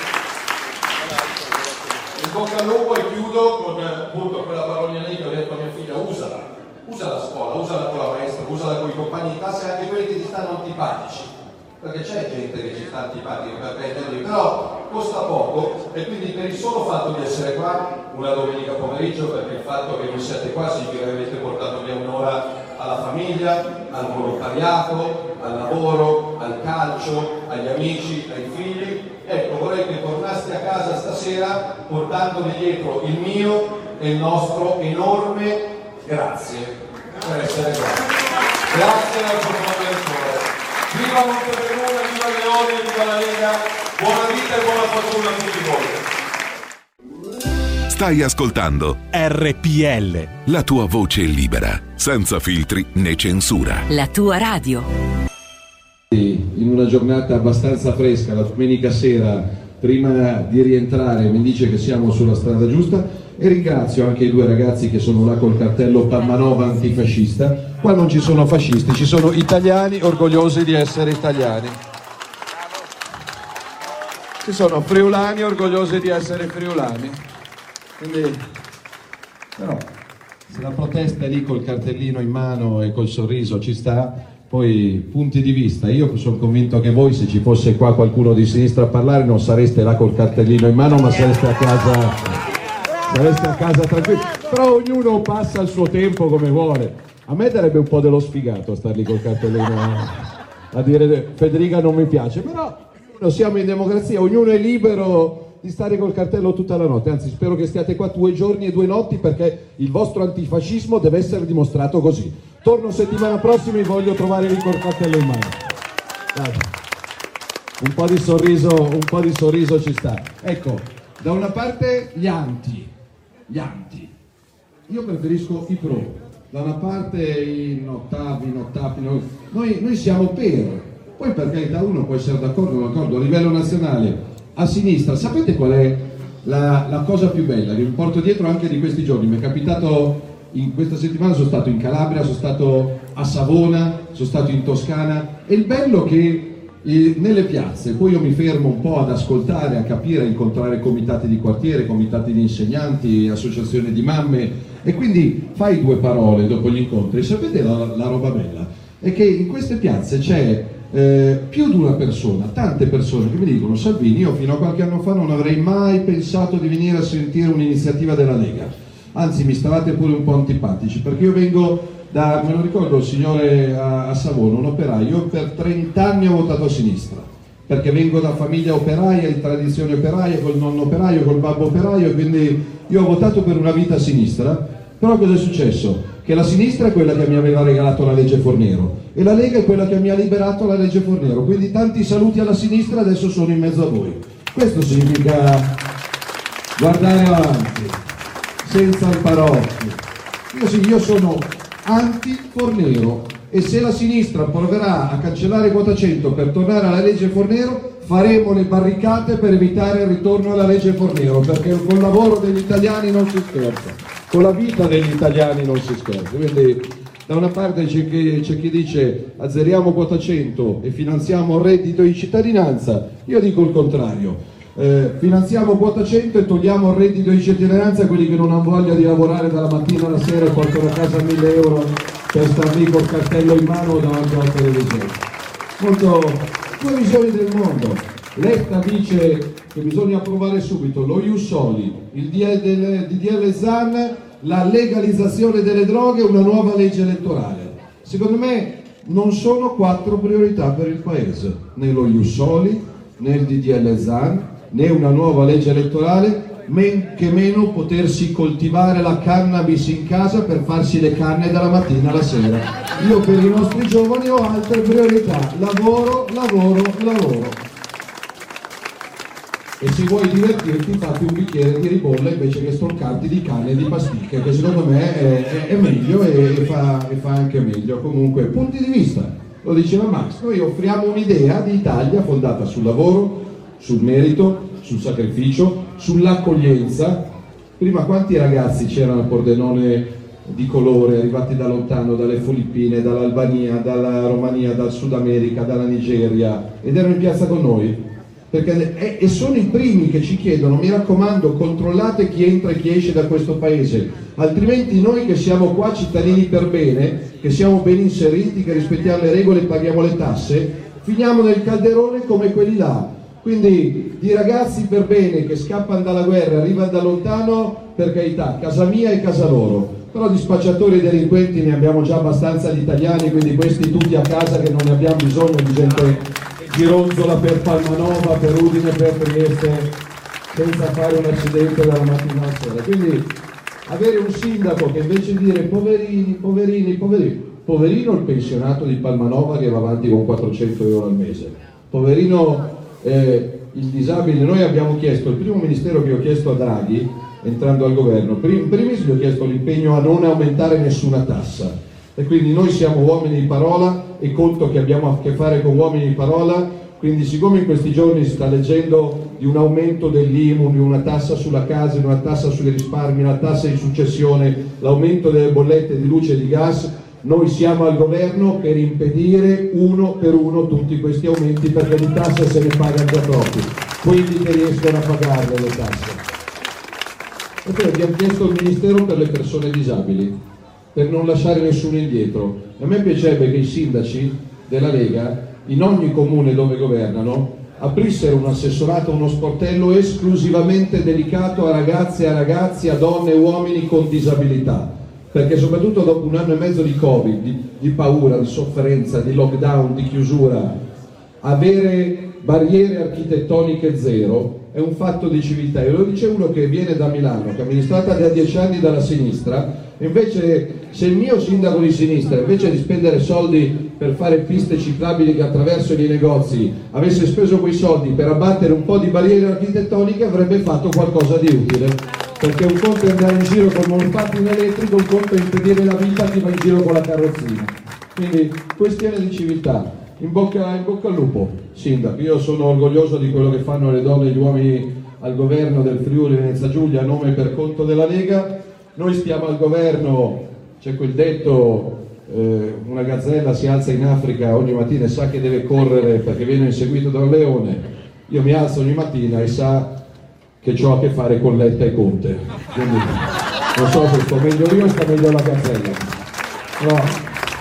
in bocca al lupo, e chiudo con appunto quella parolina lì che ho detto a mia figlia: usala la scuola, usala con la maestra, usala con i compagni di classe, anche quelli che ti stanno antipatici, perché c'è gente che ci sta antipatica per prenderli, però costa poco, e quindi per il solo fatto di essere qua una domenica pomeriggio, perché il fatto che voi siete qua significa che avete portato via un'ora alla famiglia, al volontariato, al lavoro, al calcio, agli amici, ai figli. Ecco, vorrei che tornaste a casa stasera portandovi dietro il mio e il nostro enorme grazie per essere qua. Grazie dal profondo del cuore. Viva Montebelluna, viva Leone, viva la Lega, buona vita e buona fortuna a tutti voi. Stai ascoltando RPL, la tua voce libera, senza filtri né censura. La tua radio. In una giornata abbastanza fresca, la domenica sera, prima di rientrare, mi dice che siamo sulla strada giusta, e ringrazio anche i 2 ragazzi che sono là col cartello Palmanova antifascista. Qua non ci sono fascisti, ci sono italiani orgogliosi di essere italiani. Ci sono friulani orgogliosi di essere friulani. Quindi, però, se la protesta è lì col cartellino in mano e col sorriso ci sta. Poi punti di vista, io sono convinto che voi, se ci fosse qua qualcuno di sinistra a parlare, non sareste là col cartellino in mano, ma sareste a casa tranquilli, però ognuno passa il suo tempo come vuole. A me darebbe un po' dello sfigato star lì col cartellino a dire Federica non mi piace, però siamo in democrazia, ognuno è libero di stare col cartello tutta la notte, anzi spero che stiate qua 2 giorni e 2 notti, perché il vostro antifascismo deve essere dimostrato così. Torno settimana prossima e voglio trovare lì col cartello in mano. Dai. Un po' di sorriso ci sta. Ecco, da una parte gli anti. Io preferisco i pro. Da una parte i nottavi. Noi siamo per. Poi per carità uno può essere d'accordo o non d'accordo. A livello nazionale, a sinistra, sapete qual è la cosa più bella? Vi porto dietro anche di questi giorni. Mi è capitato in questa settimana, sono stato in Calabria, sono stato a Savona, sono stato in Toscana, e il bello che nelle piazze, poi io mi fermo un po' ad ascoltare, a capire, a incontrare comitati di quartiere, comitati di insegnanti, associazioni di mamme, e quindi fai 2 parole dopo gli incontri. Sapete la roba bella? È che in queste piazze c'è più di una persona, tante persone che mi dicono: Salvini, io fino a qualche anno fa non avrei mai pensato di venire a sentire un'iniziativa della Lega. anzi mi stavate pure un po' antipatici, perché io vengo da, me lo ricordo il signore a Savona, un operaio. Io per 30 anni ho votato a sinistra, perché vengo da famiglia operaia, di tradizione operaia, col nonno operaio, col babbo operaio, quindi io ho votato per una vita a sinistra. Però cosa è successo? Che la sinistra è quella che mi aveva regalato la legge Fornero e la Lega è quella che mi ha liberato la legge Fornero, quindi tanti saluti alla sinistra, adesso sono in mezzo a voi. Questo significa guardare avanti, senza imparocchi. Io sono anti-Fornero e se la sinistra proverà a cancellare quota 100 per tornare alla legge Fornero, faremo le barricate per evitare il ritorno alla legge Fornero, perché con il lavoro degli italiani non si scherza, con la vita degli italiani non si scherza. Quindi da una parte c'è chi dice azzeriamo quota 100 e finanziamo il reddito di cittadinanza, io dico il contrario. Finanziamo quota 100 e togliamo il reddito di cittadinanza a quelli che non hanno voglia di lavorare dalla mattina alla sera e portano a casa 1.000 euro per star lì col cartello in mano davanti alla televisione. Due visioni del mondo. Letta dice che bisogna approvare subito lo Ius Soli, il DDL Zan, la legalizzazione delle droghe e una nuova legge elettorale. Secondo me non sono 4 priorità per il Paese, né lo Ius Soli, né il DDL Zan, né una nuova legge elettorale, men che meno potersi coltivare la cannabis in casa per farsi le canne dalla mattina alla sera. Io per i nostri giovani ho altre priorità: lavoro, lavoro, lavoro. E se vuoi divertirti fatti un bicchiere di ribolla invece che stroncarti di canne e di pasticche, che secondo me è meglio e fa anche meglio. Comunque, punti di vista, lo diceva Max, noi offriamo un'idea di Italia fondata sul lavoro, sul merito, sul sacrificio, sull'accoglienza. Prima quanti ragazzi c'erano a Pordenone di colore arrivati da lontano, dalle Filippine, dall'Albania, dalla Romania, dal Sud America, dalla Nigeria, ed erano in piazza con noi? Perché, e sono i primi che ci chiedono: mi raccomando, controllate chi entra e chi esce da questo paese, altrimenti noi che siamo qua cittadini per bene, che siamo ben inseriti, che rispettiamo le regole e paghiamo le tasse, finiamo nel calderone come quelli là. Quindi di ragazzi per bene che scappano dalla guerra, arrivano da lontano, per carità, casa mia e casa loro, però di spacciatori e delinquenti ne abbiamo già abbastanza di italiani, quindi questi tutti a casa, che non ne abbiamo bisogno di gente gironzola per Palmanova, per Udine, per Trieste, senza fare un accidente dalla mattina alla sera. Quindi avere un sindaco che invece di dire poverini, poverino il pensionato di Palmanova che va avanti con 400 euro al mese, poverino il disabile. Noi abbiamo chiesto, il primo ministero che ho chiesto a Draghi entrando al governo, in primis gli ho chiesto l'impegno a non aumentare nessuna tassa, e quindi noi siamo uomini di parola e conto che abbiamo a che fare con uomini di parola. Quindi siccome in questi giorni si sta leggendo di un aumento dell'IMU, di una tassa sulla casa, di una tassa sui risparmi, una tassa di successione, l'aumento delle bollette di luce e di gas, noi siamo al governo per impedire uno per uno tutti questi aumenti, perché di tasse se ne pagano già troppi, quelli che riescono a pagarle le tasse. E poi abbiamo chiesto il Ministero per le persone disabili, per non lasciare nessuno indietro. A me piacerebbe che i sindaci della Lega in ogni comune dove governano aprissero un assessorato, uno sportello esclusivamente dedicato a ragazze e a ragazzi, a donne e uomini con disabilità, perché soprattutto dopo un anno e mezzo di Covid, di paura, di sofferenza, di lockdown, di chiusura, avere barriere architettoniche zero è un fatto di civiltà. E lo dice uno che viene da Milano, che è amministrata da 10 anni dalla sinistra. Invece, se il mio sindaco di sinistra, invece di spendere soldi per fare piste ciclabili che attraversano i negozi, avesse speso quei soldi per abbattere un po' di barriere architettoniche, avrebbe fatto qualcosa di utile. Perché un conto è andare in giro col monopattino elettrico, un conto è impedire la vita a chi va in giro con la carrozzina. Quindi questione di civiltà. In bocca al lupo, sindaco. Io sono orgoglioso di quello che fanno le donne e gli uomini al governo del Friuli Venezia Giulia a nome e per conto della Lega. Noi stiamo al governo, c'è quel detto, una gazzella si alza in Africa ogni mattina e sa che deve correre perché viene inseguito da un leone. Io mi alzo ogni mattina e sa che ho a che fare con Letta e Conte. Quindi non so se sto meglio io o sta meglio la gazzella. No.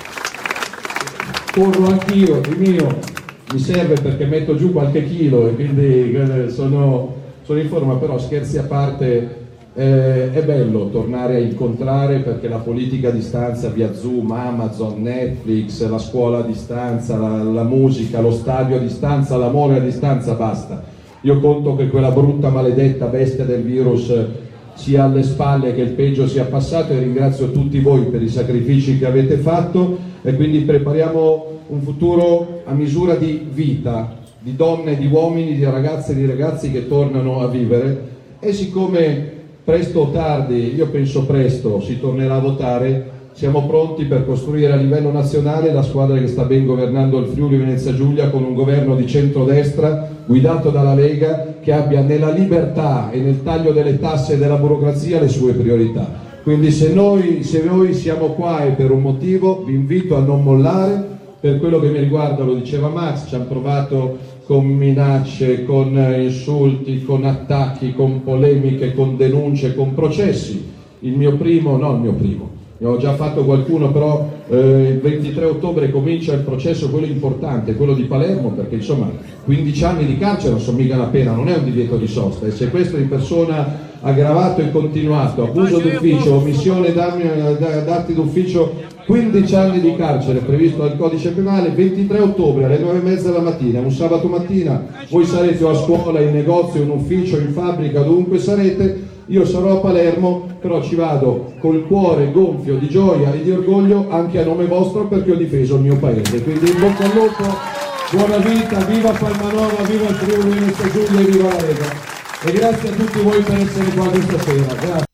Corro anch'io, il mio mi serve perché metto giù qualche chilo e quindi sono in forma, però scherzi a parte, È bello tornare a incontrare, perché la politica a distanza via Zoom, Amazon, Netflix, la scuola a distanza, la musica, lo stadio a distanza, l'amore a distanza, basta. Io conto che quella brutta maledetta bestia del virus sia alle spalle, che il peggio sia passato, e ringrazio tutti voi per i sacrifici che avete fatto, e quindi prepariamo un futuro a misura di vita, di donne, di uomini, di ragazze e di ragazzi che tornano a vivere. E siccome presto o tardi, io penso presto, si tornerà a votare, siamo pronti per costruire a livello nazionale la squadra che sta ben governando il Friuli Venezia Giulia, con un governo di centrodestra guidato dalla Lega, che abbia nella libertà e nel taglio delle tasse e della burocrazia le sue priorità. Quindi se noi siamo qua è per un motivo, vi invito a non mollare. Per quello che mi riguarda, lo diceva Max, ci hanno provato con minacce, con insulti, con attacchi, con polemiche, con denunce, con processi. Ne ho già fatto qualcuno, però il 23 ottobre comincia il processo, quello importante, quello di Palermo, perché insomma 15 anni di carcere non sono mica una pena, non è un divieto di sosta, è sequestro di persona aggravato e continuato, abuso d'ufficio, omissione d'atti d'ufficio, 15 anni di carcere previsto dal codice penale. 23 ottobre alle 9:30 della mattina, un sabato mattina, voi sarete o a scuola, in negozio, in ufficio, in fabbrica, dovunque sarete. Io sarò a Palermo, però ci vado col cuore gonfio di gioia e di orgoglio, anche a nome vostro, perché ho difeso il mio paese. Quindi in bocca al lupo, buona vita, viva Palmanova, viva il Friuli Venezia Giulia e viva la Lega. E grazie a tutti voi per essere qua questa sera. Grazie.